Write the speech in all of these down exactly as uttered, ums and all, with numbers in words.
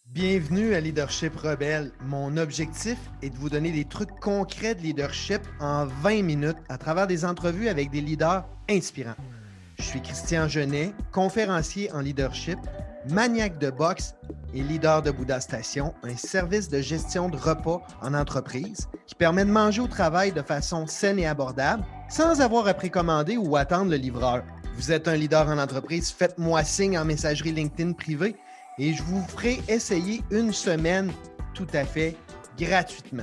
Bienvenue à Leadership Rebelle. Mon objectif est de vous donner des trucs concrets de leadership en vingt minutes à travers des entrevues avec des leaders inspirants. Je suis Christian Genet, conférencier en leadership, maniaque de boxe et leader de Bouddha Station, un service de gestion de repas en entreprise qui permet de manger au travail de façon saine et abordable sans avoir à précommander ou attendre le livreur. Vous êtes un leader en entreprise, faites-moi signe en messagerie LinkedIn privée et je vous ferai essayer une semaine tout à fait gratuitement.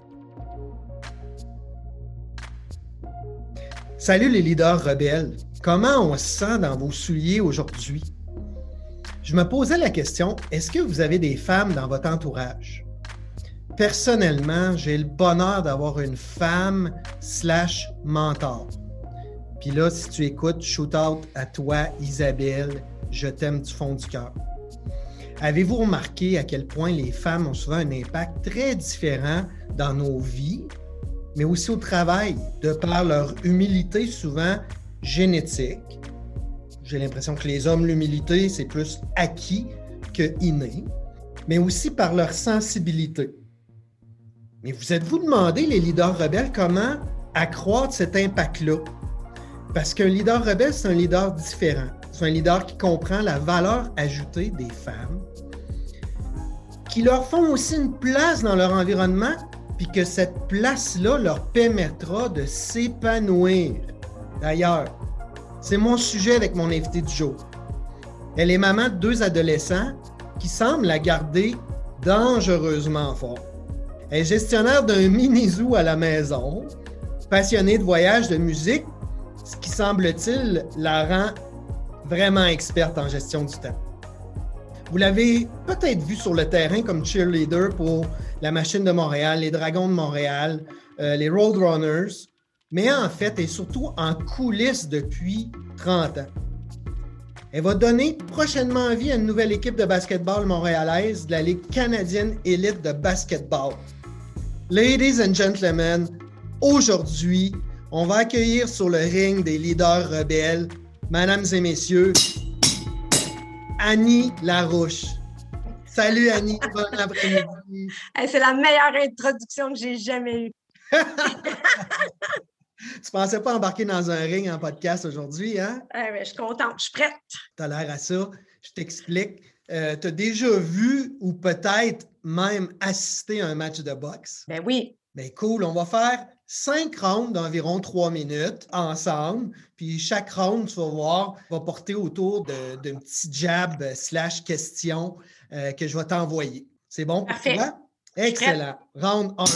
Salut les leaders rebelles! Comment on se sent dans vos souliers aujourd'hui? Je me posais la question, est-ce que vous avez des femmes dans votre entourage? Personnellement, j'ai le bonheur d'avoir une femme slash mentor. Puis là, si tu écoutes, shoot out à toi, Isabelle, je t'aime du fond du cœur. Avez-vous remarqué à quel point les femmes ont souvent un impact très différent dans nos vies, mais aussi au travail, de par leur humilité souvent génétique? J'ai l'impression que les hommes, l'humilité, c'est plus acquis que inné, mais aussi par leur sensibilité. Mais vous êtes-vous demandé, les leaders rebelles, comment accroître cet impact-là? Parce qu'un leader rebelle, c'est un leader différent. C'est un leader qui comprend la valeur ajoutée des femmes, qui leur font aussi une place dans leur environnement, puis que cette place-là leur permettra de s'épanouir. D'ailleurs, c'est mon sujet avec mon invité du jour. Elle est maman de deux adolescents qui semblent la garder dangereusement fort. Elle est gestionnaire d'un mini-zoo à la maison, passionnée de voyages, de musique, ce qui semble-t-il la rend vraiment experte en gestion du temps. Vous l'avez peut-être vu sur le terrain comme cheerleader pour la Machine de Montréal, les Dragons de Montréal, euh, les Roadrunners, mais en fait, elle est surtout en coulisses depuis trente ans. Elle va donner prochainement vie à une nouvelle équipe de basketball montréalaise de la Ligue canadienne élite de basketball. Ladies and gentlemen, aujourd'hui, on va accueillir sur le ring des leaders rebelles, mesdames et messieurs, Annie Larouche. Salut Annie, bon après-midi. Hey, c'est la meilleure introduction que j'ai jamais eue. Tu pensais pas embarquer dans un ring en podcast aujourd'hui, hein? Hey, mais je suis contente, je suis prête. Tu as l'air à ça. Je t'explique. Euh, tu as déjà vu ou peut-être même assisté à un match de boxe? Ben oui. Ben cool, on va faire cinq rounds d'environ trois minutes ensemble. Puis chaque round, tu vas voir, va porter autour de, d'un petit jab slash question euh, que je vais t'envoyer. C'est bon pour Parfait. toi? Excellent. Round un.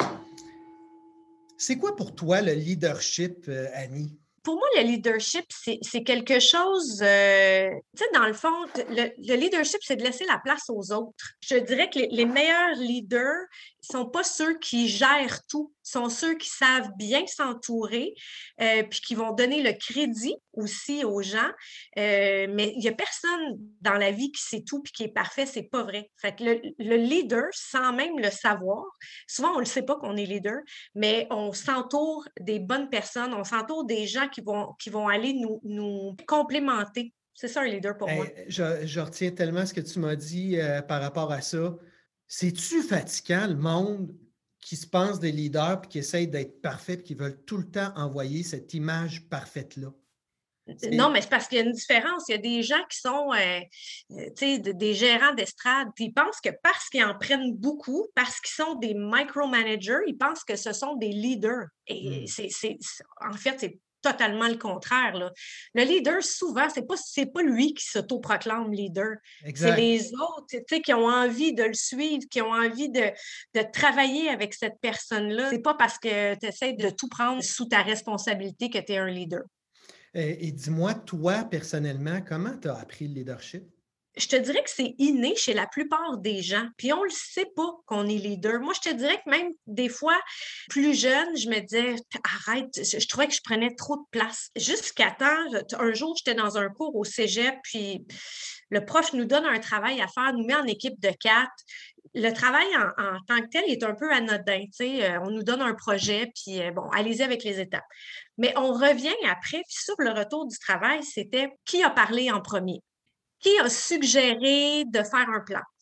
C'est quoi pour toi le leadership, euh, Annie? Pour moi, le leadership, c'est, c'est quelque chose, euh, tu sais, dans le fond, le, le leadership, c'est de laisser la place aux autres. Je dirais que les, les meilleurs leaders ne sont pas ceux qui gèrent tout, sont ceux qui savent bien s'entourer, euh, puis qui vont donner le crédit aussi aux gens. Euh, mais il n'y a personne dans la vie qui sait tout puis qui est parfait, c'est pas vrai. Fait que le, le leader, sans même le savoir, souvent on ne le sait pas qu'on est leader, mais on s'entoure des bonnes personnes, on s'entoure des gens qui vont, qui vont aller nous, nous complémenter. C'est ça un leader pour hey, moi. Je, je retiens tellement ce que tu m'as dit euh, par rapport à ça. C'est-tu fatigant, le monde qui se pense des leaders et qui essayent d'être parfaits et qui veulent tout le temps envoyer cette image parfaite-là? C'est... Non, mais c'est parce qu'il y a une différence. Il y a des gens qui sont euh, tu sais, des gérants d'estrade, puis ils pensent que parce qu'ils en prennent beaucoup, parce qu'ils sont des micromanagers, ils pensent que ce sont des leaders. Et mm. c'est, c'est, en fait, c'est totalement le contraire, là. Le leader, souvent, c'est pas, c'est pas lui qui s'autoproclame leader. Exact. C'est les autres, tu sais, qui ont envie de le suivre, qui ont envie de, de travailler avec cette personne-là. C'est pas parce que tu essaies de tout prendre sous ta responsabilité que tu es un leader. Et, et dis-moi, toi, personnellement, comment tu as appris le leadership? Je te dirais que c'est inné chez la plupart des gens. Puis on ne le sait pas qu'on est leader. Moi, je te dirais que même des fois, plus jeune, je me disais, arrête, je, je trouvais que je prenais trop de place. Jusqu'à temps, un jour, j'étais dans un cours au cégep, puis le prof nous donne un travail à faire, nous met en équipe de quatre. Le travail en, en tant que tel est un peu anodin. Tu sais, on nous donne un projet, puis bon, allez-y avec les étapes. Mais on revient après, puis sur le retour du travail, c'était qui a parlé en premier? Qui a suggéré de faire un plan?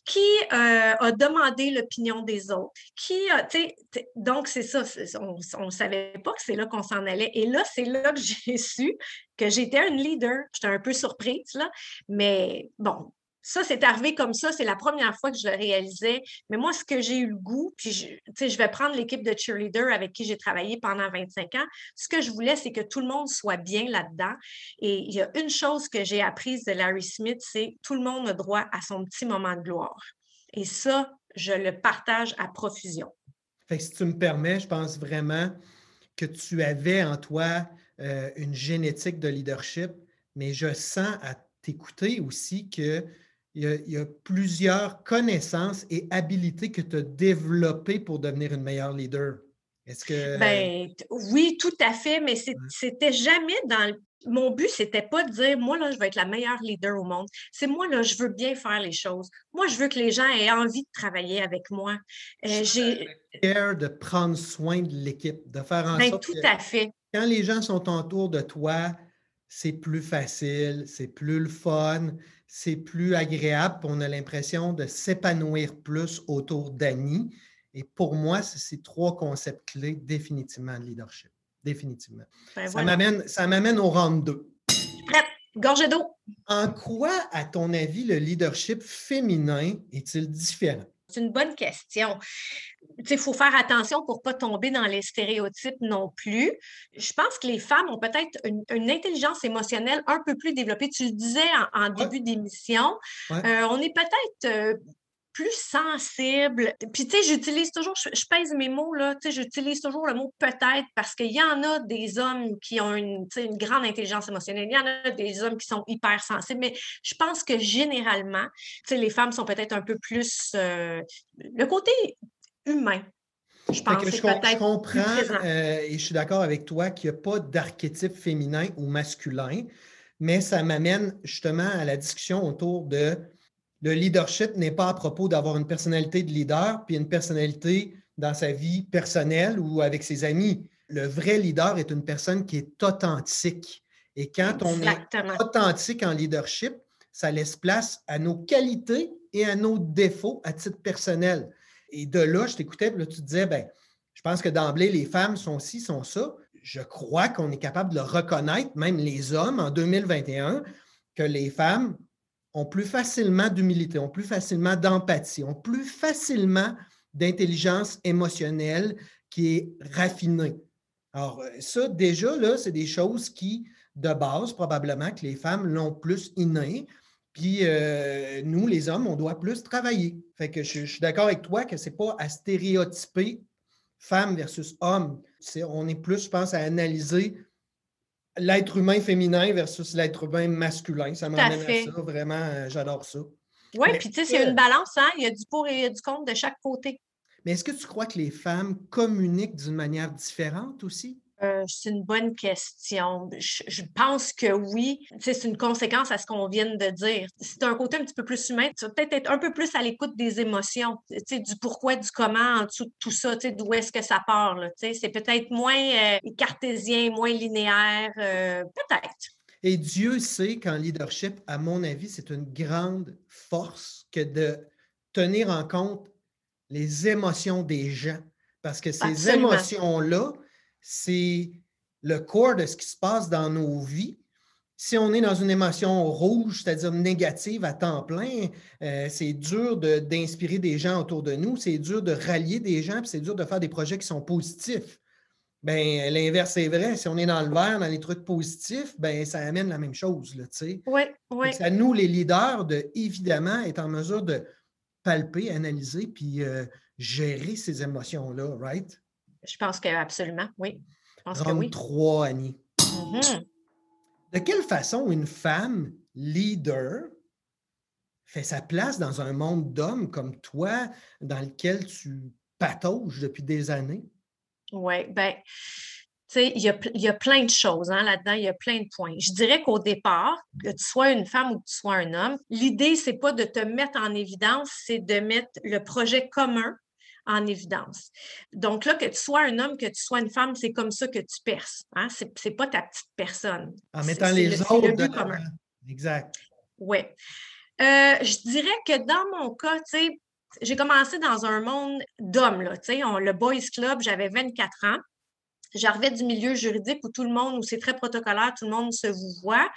qui euh, a demandé l'opinion des autres, qui a, tu sais, donc c'est ça, c'est, on ne savait pas que c'est là qu'on s'en allait. Et là, c'est là que j'ai su que j'étais une leader. J'étais un peu surprise, là, mais bon, ça, c'est arrivé comme ça. C'est la première fois que je le réalisais. Mais moi, ce que j'ai eu le goût, puis je, tu sais, je vais prendre l'équipe de cheerleaders avec qui j'ai travaillé pendant vingt-cinq ans. Ce que je voulais, c'est que tout le monde soit bien là-dedans. Et il y a une chose que j'ai apprise de Larry Smith, c'est tout le monde a droit à son petit moment de gloire. Et ça, je le partage à profusion. Fait que si tu me permets, je pense vraiment que tu avais en toi euh, une génétique de leadership, mais je sens à t'écouter aussi qu'il y, y a plusieurs connaissances et habilités que tu as développées pour devenir une meilleure leader. Est-ce que... Ben, oui, tout à fait, mais c'était jamais dans le... Mon but, c'était pas de dire, moi, là, je veux être la meilleure leader au monde. C'est moi, là, je veux bien faire les choses. Moi, je veux que les gens aient envie de travailler avec moi. Euh, j'ai de prendre soin de l'équipe, de faire en ben, sorte tout que à fait. Quand les gens sont autour de toi, c'est plus facile, c'est plus le fun, c'est plus agréable, puis on a l'impression de s'épanouir plus autour d'Annie. Et pour moi, c'est ces trois concepts clés définitivement de leadership. Définitivement. Ben, ça voilà. m'amène, ça m'amène au round deux. Prête, gorgée d'eau. En quoi, à ton avis, le leadership féminin est-il différent? C'est une bonne question. Il faut faire attention pour ne pas tomber dans les stéréotypes non plus. Je pense que les femmes ont peut-être une, une intelligence émotionnelle un peu plus développée. Tu le disais en, en début ouais. d'émission. Ouais. Euh, on est peut-être euh, plus sensible. Puis, tu sais, j'utilise toujours, je, je pèse mes mots, là, tu sais, j'utilise toujours le mot peut-être parce qu'il y en a des hommes qui ont une, une grande intelligence émotionnelle, il y en a des hommes qui sont hyper sensibles, mais je pense que généralement, tu sais, les femmes sont peut-être un peu plus... Euh, le côté humain, je pense. Que je, je comprends euh, et je suis d'accord avec toi qu'il n'y a pas d'archétype féminin ou masculin, mais ça m'amène justement à la discussion autour de le leadership n'est pas à propos d'avoir une personnalité de leader puis une personnalité dans sa vie personnelle ou avec ses amis. Le vrai leader est une personne qui est authentique. Et quand Exactement. on est authentique en leadership, ça laisse place à nos qualités et à nos défauts à titre personnel. Et de là, je t'écoutais, là, tu te disais, ben, je pense que d'emblée, les femmes sont ci, sont ça. Je crois qu'on est capable de le reconnaître, même les hommes, en deux mille vingt et un, que les femmes ont plus facilement d'humilité, ont plus facilement d'empathie, ont plus facilement d'intelligence émotionnelle qui est raffinée. Alors, ça, déjà, là, c'est des choses qui, de base, probablement que les femmes l'ont plus inné. Puis euh, nous, les hommes, on doit plus travailler. Fait que je, je suis d'accord avec toi que ce n'est pas à stéréotyper femme versus homme. C'est, on est plus, je pense, à analyser l'être humain féminin versus l'être humain masculin. Ça m'amène à, à ça. Vraiment, euh, j'adore ça. Oui, puis tu sais, c'est une balance, hein? Il y a du pour et il y a du contre de chaque côté. Mais est-ce que tu crois que les femmes communiquent d'une manière différente aussi? Euh, c'est une bonne question. Je, je pense que oui. C'est une conséquence à ce qu'on vient de dire. Si tu as un côté un petit peu plus humain, tu vas peut-être être un peu plus à l'écoute des émotions, du pourquoi, du comment, en dessous de tout ça, d'où est-ce que ça part. Là, c'est peut-être moins euh, cartésien, moins linéaire, euh, peut-être. Et Dieu sait qu'en leadership, à mon avis, c'est une grande force que de tenir en compte les émotions des gens. Parce que ces Absolument. émotions-là, c'est le corps de ce qui se passe dans nos vies. Si on est dans une émotion rouge, c'est-à-dire négative à temps plein, euh, c'est dur de, d'inspirer des gens autour de nous, c'est dur de rallier des gens, puis c'est dur de faire des projets qui sont positifs. Bien, l'inverse est vrai. Si on est dans le vert, dans les trucs positifs, bien, ça amène la même chose. Là, tu sais. Oui, oui. C'est à nous, les leaders, de, évidemment, être en mesure de palper, analyser, puis euh, gérer ces émotions-là, right? Je pense que absolument, oui. Je pense que oui. trois, Annie. Mm-hmm. De quelle façon une femme leader fait sa place dans un monde d'hommes comme toi, dans lequel tu patauges depuis des années? Oui, bien, tu sais, il y a, il y a plein de choses hein, là-dedans, il y a plein de points. Je dirais qu'au départ, que tu sois une femme ou que tu sois un homme, l'idée, c'est pas de te mettre en évidence, c'est de mettre le projet commun en évidence. Donc là, que tu sois un homme, que tu sois une femme, c'est comme ça que tu perces. Hein? C'est, c'est pas ta petite personne. En mettant c'est, les c'est autres le, c'est le but de commun. Exact. Oui. Euh, je dirais que dans mon cas, tu sais, j'ai commencé dans un monde d'hommes, là, tu sais, on- le Boys Club, j'avais vingt-quatre ans. J'arrivais du milieu juridique où tout le monde, où c'est très protocolaire, tout le monde se vous voit.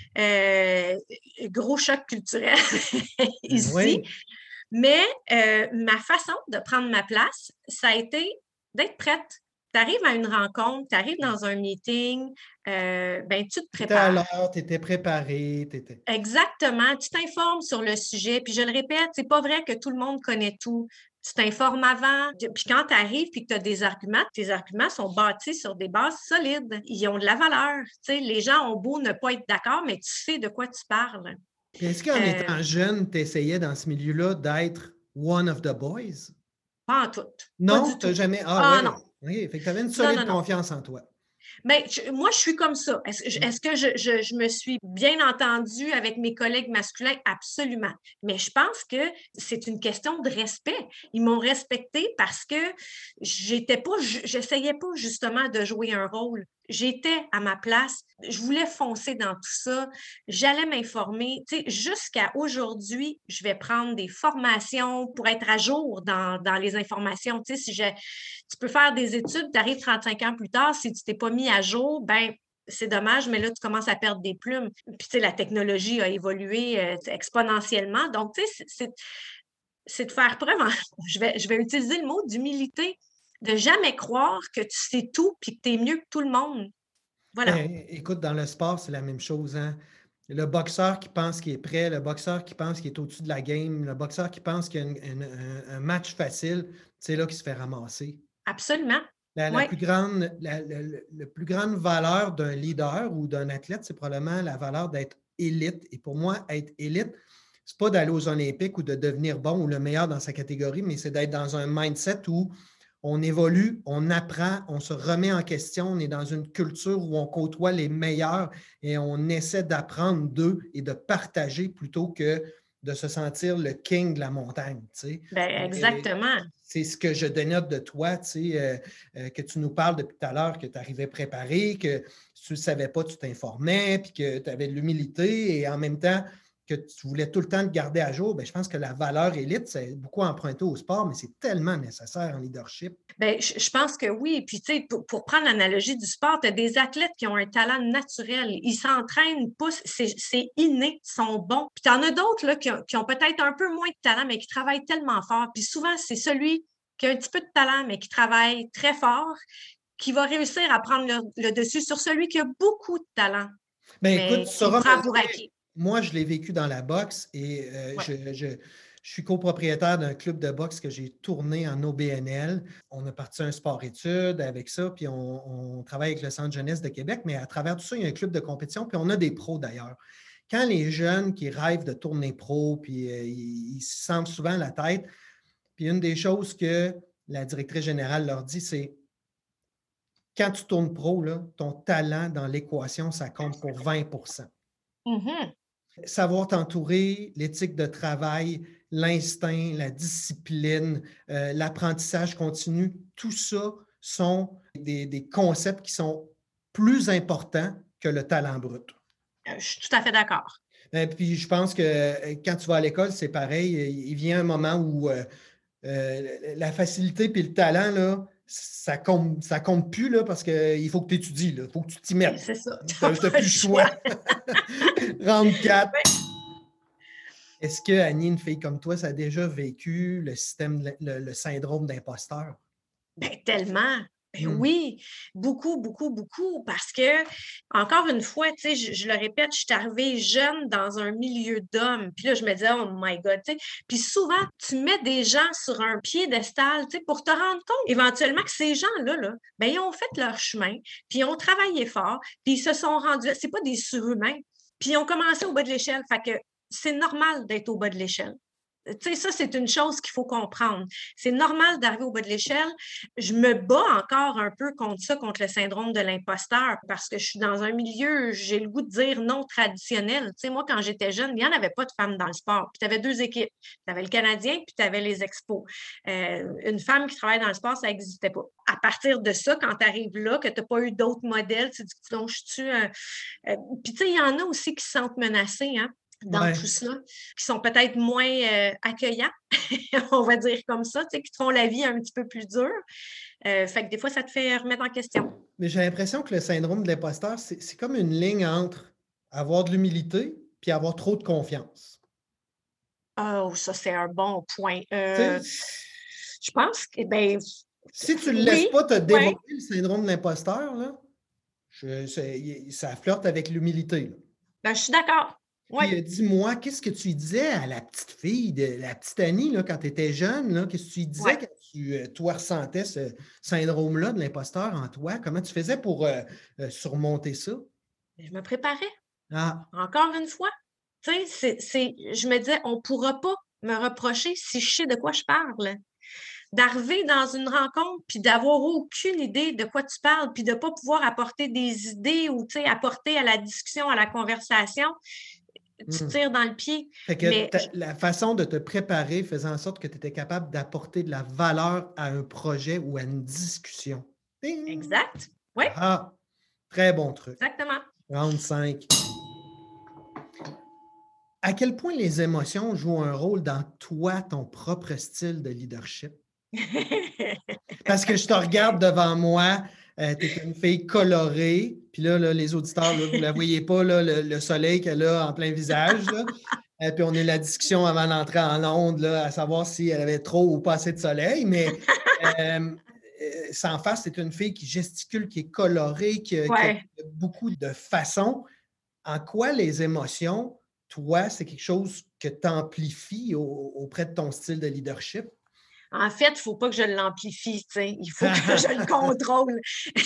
Euh, gros choc culturel Euh, ici. oui, Mais euh, ma façon de prendre ma place, ça a été d'être prête. Tu arrives à une rencontre, tu arrives dans un meeting, euh, ben, tu te tu étais à prépares. l'heure, tu étais préparé, tu étais. Exactement. Tu t'informes sur le sujet. Puis je le répète, c'est pas vrai que tout le monde connaît tout. Tu t'informes avant. Puis quand tu arrives puis que tu as des arguments, tes arguments sont bâtis sur des bases solides. Ils ont de la valeur. Tu sais, les gens ont beau ne pas être d'accord, mais tu sais de quoi tu parles. Puis est-ce qu'en Euh, étant jeune, tu essayais dans ce milieu-là d'être one of the boys? Pas en tout. Pas du Non, tu n'as tout. jamais. Ah Ah ouais. non. OK. Fait que tu avais une Non, solide non, non. confiance en toi. Ben, je- moi, je suis comme ça. Est-ce, Mm. est-ce que je, je- je me suis bien entendue avec mes collègues masculins? Absolument. Mais je pense que c'est une question de respect. Ils m'ont respectée parce que j'étais pas, j'essayais pas justement de jouer un rôle. J'étais à ma place. Je voulais foncer dans tout ça. J'allais m'informer. Tu sais, jusqu'à aujourd'hui, je vais prendre des formations pour être à jour dans, dans les informations. Tu sais, si je, tu peux faire des études, tu arrives trente-cinq ans plus tard, si tu t'es pas mis à jour, ben c'est dommage, mais là, tu commences à perdre des plumes. Puis, tu sais, la technologie a évolué euh, exponentiellement. Donc, tu sais, c'est, c'est, c'est de faire preuve, en- je vais, je vais utiliser le mot d'humilité, de jamais croire que tu sais tout puis que tu es mieux que tout le monde. Voilà. Ben, écoute, dans le sport, c'est la même chose, hein. Le boxeur qui pense qu'il est prêt, le boxeur qui pense qu'il est au-dessus de la game, le boxeur qui pense qu'il y a une- une- un, un match facile, c'est là qu'il se fait ramasser. Absolument. La, la Oui, plus grande, la, la- la plus grande valeur d'un leader ou d'un athlète, c'est probablement la valeur d'être élite. Et pour moi, être élite, c'est pas d'aller aux Olympiques ou de devenir bon ou le meilleur dans sa catégorie, mais c'est d'être dans un mindset où on évolue, on apprend, on se remet en question, on est dans une culture où on côtoie les meilleurs et on essaie d'apprendre d'eux et de partager plutôt que de se sentir le king de la montagne. Tu sais. ben Et exactement. c'est ce que je dénote de toi, tu sais, euh, euh, que tu nous parles depuis tout à l'heure, que tu arrivais préparé, que si tu ne savais pas, tu t'informais, puis que tu avais de l'humilité et en même temps que tu voulais tout le temps te garder à jour. Bien, je pense que la valeur élite, c'est beaucoup emprunté au sport, mais c'est tellement nécessaire en leadership. Ben, je, je pense que oui. Puis, tu sais, pour, pour prendre l'analogie du sport, tu as des athlètes qui ont un talent naturel. Ils s'entraînent pas, c'est c'est inné, ils sont bons. Puis, tu en as d'autres là, qui ont, qui ont peut-être un peu moins de talent, mais qui travaillent tellement fort. Puis, souvent, c'est celui qui a un petit peu de talent, mais qui travaille très fort, qui va réussir à prendre le, le dessus sur celui qui a beaucoup de talent, Bien, écoute, mais tu qui le sauras me prend pour dire, acquis. moi, je l'ai vécu dans la boxe et euh, Ouais. je, je, je suis copropriétaire d'un club de boxe que j'ai tourné en O B N L. On a parti un sport-études avec ça, puis on, on travaille avec le Centre jeunesse de Québec, mais à travers tout ça, il y a un club de compétition, puis on a des pros d'ailleurs. Quand les jeunes qui rêvent de tourner pro, puis euh, ils, ils se sentent souvent la tête, puis une des choses que la directrice générale leur dit, c'est quand tu tournes pro, là, ton talent dans l'équation, ça compte pour vingt pour cent. Mhm. Savoir t'entourer, l'éthique de travail, l'instinct, la discipline, euh, l'apprentissage continu, tout ça sont des, des concepts qui sont plus importants que le talent brut. Euh, Je suis tout à fait d'accord. Et puis, je pense que euh, quand tu vas à l'école, c'est pareil. Il vient un moment où euh, euh, la facilité et le talent, là, ça compte, ça compte plus là, parce qu'il faut que tu étudies. Il faut que tu t'y Ben, mettes. c'est ça. Tu Tu n'as n'as pas plus le le choix. choix. Round quatre. Est-ce que Annie, une fille comme toi, ça a déjà vécu le système, le, le syndrome d'imposteur? Ben, tellement. Ben Hmm. oui, beaucoup, beaucoup, beaucoup. Parce que, encore une fois, tu sais, je, je le répète, je suis arrivée jeune dans un milieu d'hommes. Puis là, je me disais, oh my God, tu sais. Puis souvent, tu mets des gens sur un piédestal, tu sais, pour te rendre compte éventuellement que ces gens-là, là, ben, ils ont fait leur chemin, puis ils ont travaillé fort, puis ils se sont rendus là. C'est pas des surhumains. Puis ils ont commencé au bas de l'échelle. Fait que c'est normal d'être au bas de l'échelle. Tu sais, ça, c'est une chose qu'il faut comprendre. C'est normal d'arriver au bas de l'échelle. Je me bats encore un peu contre ça, contre le syndrome de l'imposteur, parce que je suis dans un milieu, j'ai le goût de dire non traditionnel. Tu sais, moi, quand j'étais jeune, il n'y en avait pas de femmes dans le sport. Puis tu avais deux équipes. Tu avais le Canadien, puis tu avais les Expos. Euh, une femme qui travaille dans le sport, ça n'existait pas. À partir de ça, quand tu arrives là, que tu n'as pas eu d'autres modèles, tu te dis, donc, je suis... Euh, euh, puis tu sais, il y en a aussi qui se sentent menacés, hein. dans Ouais. tout ça, qui sont peut-être moins euh, accueillants, on va dire comme ça, tu sais, qui te font la vie un petit peu plus dure. Euh, fait que des fois, ça te fait remettre en question. Mais j'ai l'impression que le syndrome de l'imposteur, c'est c'est comme une ligne entre avoir de l'humilité puis avoir trop de confiance. Oh, ça, c'est un bon point. Tu Euh, sais, je pense que, ben, si tu ne le laisses oui, pas te oui, dévoiler, le syndrome de l'imposteur, là, je- c'est- ça flirte avec l'humilité, là. ben, je suis d'accord. Oui. Puis euh, dis-moi, qu'est-ce que tu disais à la petite fille, de, la petite Annie, là, quand tu étais jeune? Là, qu'est-ce que tu lui disais Ouais. quand tu, euh, toi, ressentais ce syndrome-là de l'imposteur en toi? Comment tu faisais pour euh, euh, surmonter ça? Je me préparais, Ah, encore une fois. Tu sais, c'est, c'est, je me disais, on ne pourra pas me reprocher si je sais de quoi je parle. D'arriver dans une rencontre, puis d'avoir aucune idée de quoi tu parles, puis de ne pas pouvoir apporter des idées ou, tu sais, apporter à la discussion, à la conversation, tu te hmm. tires dans le pied. Fait que Mais ta- la façon de te préparer faisait en sorte que tu étais capable d'apporter de la valeur à un projet ou à une discussion. Ding! exact. Oui, Ah, très bon truc. exactement. Round cinq. À quel point les émotions jouent un rôle dans toi, ton propre style de leadership? Parce que je te regarde devant moi, euh, tu es une fille colorée, puis là, là, les auditeurs, là, vous ne la voyez pas, là, le, le soleil qu'elle a en plein visage. Là. Euh, puis on a eu la discussion avant d'entrer en onde, là, à savoir si elle avait trop ou pas assez de soleil, mais euh, euh, sans face, c'est une fille qui gesticule, qui est colorée, qui, a- qui a Ouais. beaucoup de façons. En quoi les émotions, toi, c'est quelque chose que tu amplifies auprès de ton style de leadership? En fait, il ne faut pas que je l'amplifie, tu sais. Il faut que je le contrôle.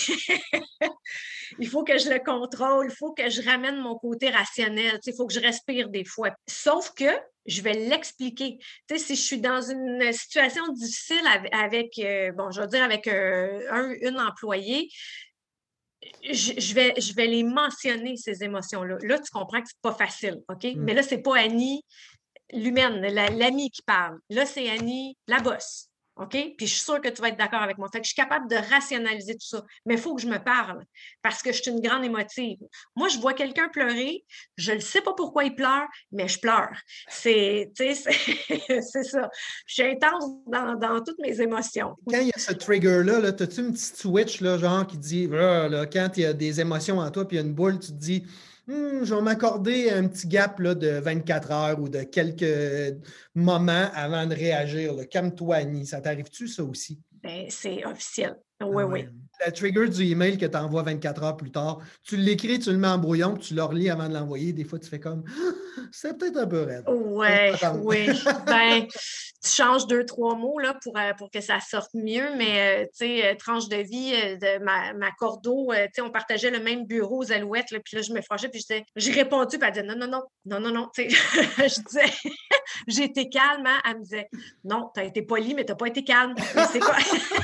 Il faut que je le contrôle. Il faut que je ramène mon côté rationnel. Tu sais, il faut que je respire des fois. Sauf que je vais l'expliquer. Tu sais, si je suis dans une situation difficile avec, avec euh, bon, je vais dire avec euh, un, une employée, je, je vais, je vais les mentionner, ces émotions-là. Là, tu comprends que c'est pas facile, OK? Mm. Mais là, c'est pas Annie, l'humaine, la- l'amie qui parle. Là, c'est Annie, la bosse. OK? Puis je suis sûre que tu vas être d'accord avec moi. Fait que je suis capable de rationaliser tout ça. Mais il faut que je me parle parce que je suis une grande émotive. Moi, je vois quelqu'un pleurer, je ne sais pas pourquoi il pleure, mais je pleure. C'est, tu sais, c'est, c'est ça. Je suis intense dans, dans toutes mes émotions. Quand il y a ce trigger-là, -là, as-tu une petite switch, là, genre, qui dit, ah, là, quand il y a des émotions en toi, puis il y a une boule, tu te dis, Hm, je vais m'accorder un petit gap là, de vingt-quatre heures ou de quelques moments avant de réagir. Là. Calme-toi, Annie. Ça t'arrive-tu, ça aussi? Ben, c'est officiel. Ah Oui, ouais. oui. Le trigger du email que tu envoies vingt-quatre heures plus tard, tu l'écris, tu le mets en brouillon, puis tu le relis avant de l'envoyer. Des fois, tu fais comme, c'est peut-être un peu raide. Ouais, oui. Ben, tu changes deux, trois mots là, pour, euh, pour que ça sorte mieux, mais euh, tu sais, euh, tranche de vie euh, de ma, ma cordeau, euh, tu sais, on partageait le même bureau aux Alouettes, là, puis là, je me fâchais, puis je disais, j'ai répondu, puis elle disait, non, non, non, non, non, non, tu sais, je disais, j'ai été calme, hein? Elle me disait, non, tu as été poli, mais tu n'as pas été calme. Mais c'est quoi?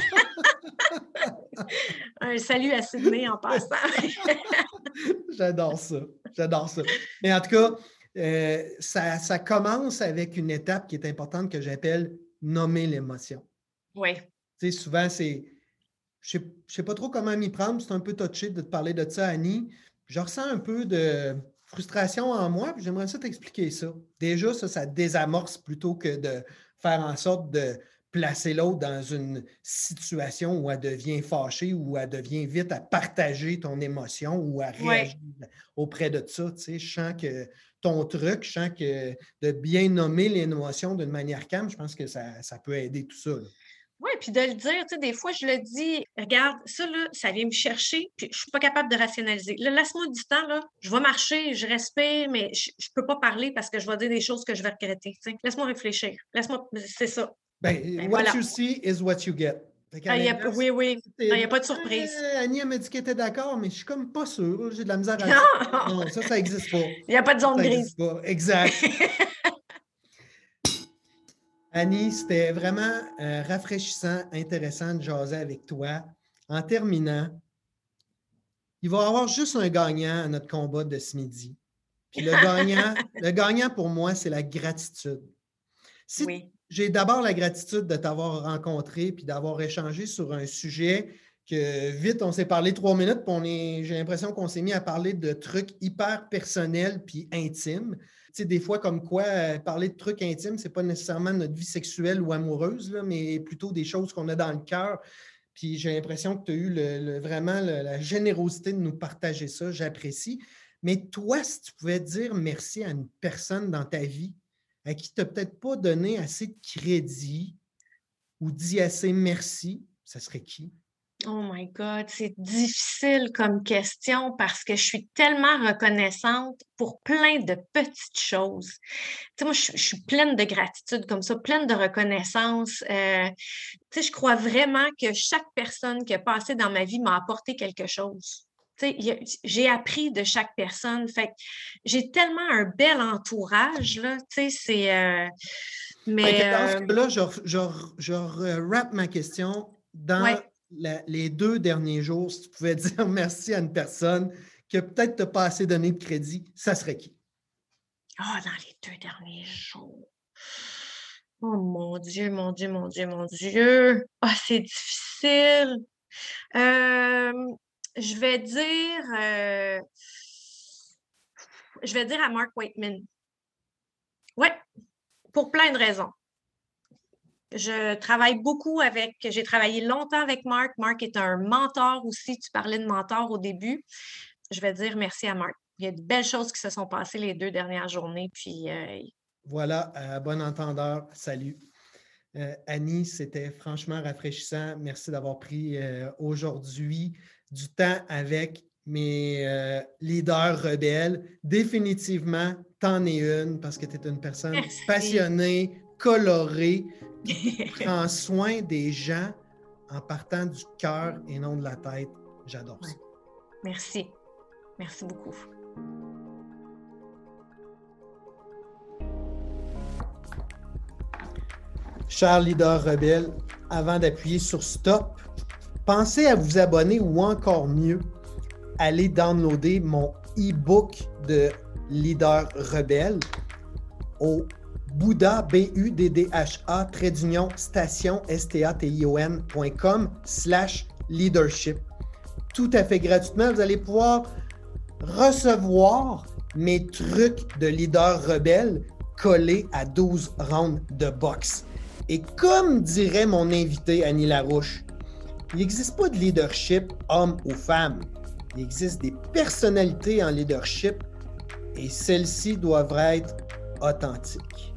Un salut à Sydney en passant. J'adore ça. J'adore ça. Mais en tout cas, euh, ça, ça commence avec une étape qui est importante que j'appelle nommer l'émotion. Oui. Tu sais, souvent, c'est. Je ne sais, je sais pas trop comment m'y prendre. C'est un peu touché de te parler de ça, Annie. Je ressens un peu de frustration en moi, puis j'aimerais ça t'expliquer ça. Déjà, ça, ça désamorce plutôt que de faire en sorte de placer l'autre dans une situation où elle devient fâchée, où elle devient vite à partager ton émotion ou à réagir Oui. auprès de ça. Tu sais, je sens que ton truc, je sens que de bien nommer l'émotion d'une manière calme, je pense que ça, ça peut aider tout ça. Là. Oui, puis de le dire, tu sais, des fois, je le dis, regarde, ça, là, ça vient me chercher, puis je suis pas capable de rationaliser. Là, laisse-moi du temps, là, je vais marcher, je respire, mais je, je peux pas parler parce que je vais dire des choses que je vais regretter. Tu sais. Laisse-moi réfléchir. Laisse-moi, c'est ça. Ben, Ben what voilà. you see is what you get. Fait qu'à Ah, y a, l'inverse, oui, oui. Il c'est, n'y a pas de surprise. Eh, Annie, elle m'a dit qu'elle était d'accord, mais je suis comme pas sûr. J'ai de la misère à le Non! Non, ça, ça n'existe pas. Il n'y a pas de zone Ça grise. n'existe pas. Exact. Annie, c'était vraiment euh, rafraîchissant, intéressant de jaser avec toi. En terminant, il va y avoir juste un gagnant à notre combat de ce midi. Puis le gagnant, le gagnant pour moi, c'est la gratitude. Si Oui. j'ai d'abord la gratitude de t'avoir rencontré puis d'avoir échangé sur un sujet que vite, on s'est parlé trois minutes, puis on est, j'ai l'impression qu'on s'est mis à parler de trucs hyper personnels puis intimes. sais, des fois, comme quoi, euh, parler de trucs intimes, c'est pas nécessairement notre vie sexuelle ou amoureuse, là, mais plutôt des choses qu'on a dans le cœur. Puis j'ai l'impression que tu as eu le, le, vraiment le, la générosité de nous partager ça. J'apprécie. Mais toi, si tu pouvais dire merci à une personne dans ta vie à qui tu n'as peut-être pas donné assez de crédit ou dit assez merci, ça serait qui? Oh my God, c'est difficile comme question parce que je suis tellement reconnaissante pour plein de petites choses. Tu sais, moi, je, je suis pleine de gratitude comme ça, pleine de reconnaissance. Euh, tu sais, je crois vraiment que chaque personne qui a passé dans ma vie m'a apporté quelque chose. Tu sais, il y a- j'ai appris de chaque personne. Fait que j'ai tellement un bel entourage, là. Tu sais, c'est... euh, Fait mais, que dans ce euh, cas-là, je, je, je wrap ma question dans ouais. la- les deux derniers jours. Si tu pouvais dire merci à une personne qui a peut-être t'a pas assez donné de crédit, ça serait qui? Ah, dans les deux derniers jours. Oh mon Dieu, mon Dieu, mon Dieu, mon Dieu. Ah, c'est difficile. Euh, je vais dire, euh, je vais dire à Mark Waitman. Ouais, pour plein de raisons. Je travaille beaucoup avec, j'ai travaillé longtemps avec Mark. Mark est un mentor aussi. Tu parlais de mentor au début. Je vais dire merci à Mark. Il y a de belles choses qui se sont passées les deux dernières journées. Puis, euh, Voilà, à bon entendeur, salut. Euh, Annie, c'était franchement rafraîchissant. Merci d'avoir pris euh, aujourd'hui du temps avec mes euh, leaders rebelles. Définitivement, t'en es une parce que tu es une personne merci. passionnée, colorée, qui prend soin des gens en partant du cœur et non de la tête. J'adore Ouais. ça. Merci. Merci beaucoup. Chers leaders rebelles, avant d'appuyer sur Stop, pensez à vous abonner ou encore mieux, allez downloader mon e-book de leader rebelle au Bouddha, B U D D H A, trait d'union, station, S T A T I O N point com slash leadership. Tout à fait gratuitement, vous allez pouvoir recevoir mes trucs de leader rebelle collés à douze rounds de boxe. Et comme dirait mon invité Annie Larouche, il n'existe pas de leadership homme ou femme. Il existe des personnalités en leadership et celles-ci doivent être authentiques.